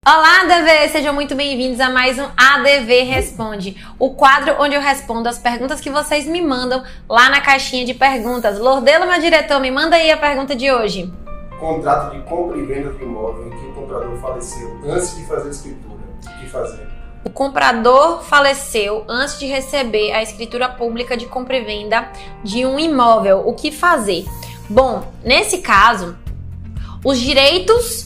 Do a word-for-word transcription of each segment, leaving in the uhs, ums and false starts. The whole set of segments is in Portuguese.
Olá, A D V! Sejam muito bem-vindos a mais um A D V Responde, o quadro onde eu respondo as perguntas que vocês me mandam lá na caixinha de perguntas. Lordelo, meu diretor, me manda aí a pergunta de hoje. Contrato de compra e venda de imóvel em que o comprador faleceu antes de fazer a escritura. O que fazer? O comprador faleceu antes de receber a escritura pública de compra e venda de um imóvel. O que fazer? Bom, nesse caso, os direitos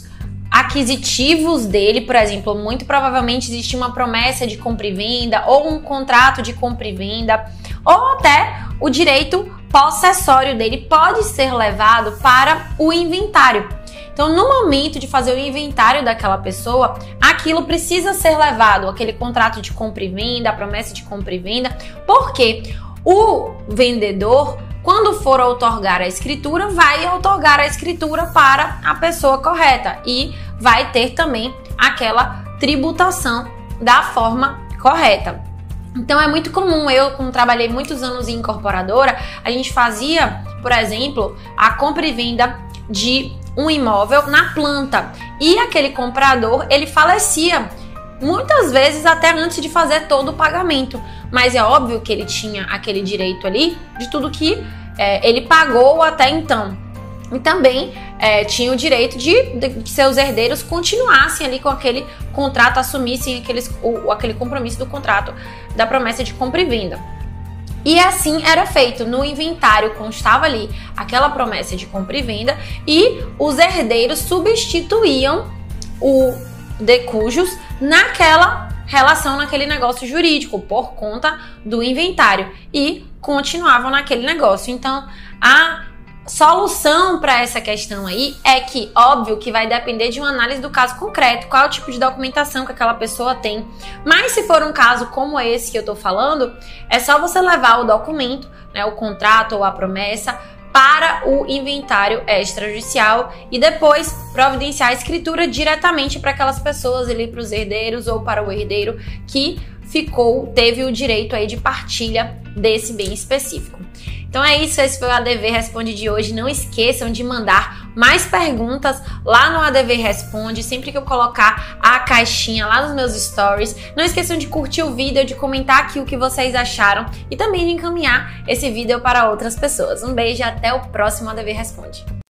aquisitivos dele, por exemplo, muito provavelmente existe uma promessa de compra e venda ou um contrato de compra e venda ou até o direito possessório dele pode ser levado para o inventário. Então, no momento de fazer o inventário daquela pessoa, aquilo precisa ser levado, aquele contrato de compra e venda, a promessa de compra e venda, porque o vendedor, quando for outorgar a escritura, vai outorgar a escritura para a pessoa correta e vai ter também aquela tributação da forma correta. Então é muito comum, eu como trabalhei muitos anos em incorporadora, a gente fazia, por exemplo, a compra e venda de um imóvel na planta e aquele comprador, ele falecia muitas vezes até antes de fazer todo o pagamento, mas é óbvio que ele tinha aquele direito ali de tudo que é, ele pagou até então. E também é, tinha o direito de, de que seus herdeiros continuassem ali com aquele contrato, assumissem aqueles, o, aquele compromisso do contrato da promessa de compra e venda. E assim era feito, no inventário constava ali aquela promessa de compra e venda e os herdeiros substituíam o de cujos naquela relação, naquele negócio jurídico, por conta do inventário e continuavam naquele negócio. Então, a solução para essa questão aí é que, óbvio, que vai depender de uma análise do caso concreto, qual é o tipo de documentação que aquela pessoa tem. Mas se for um caso como esse que eu tô falando, é só você levar o documento, né, o contrato ou a promessa, para o inventário extrajudicial e depois providenciar a escritura diretamente para aquelas pessoas ali, para os herdeiros ou para o herdeiro que ficou, teve o direito aí de partilha desse bem específico. Então é isso, esse foi o A D V Responde de hoje. Não esqueçam de mandar mais perguntas lá no A D V Responde, sempre que eu colocar a caixinha lá nos meus stories. Não esqueçam de curtir o vídeo, de comentar aqui o que vocês acharam e também de encaminhar esse vídeo para outras pessoas. Um beijo e até o próximo A D V Responde.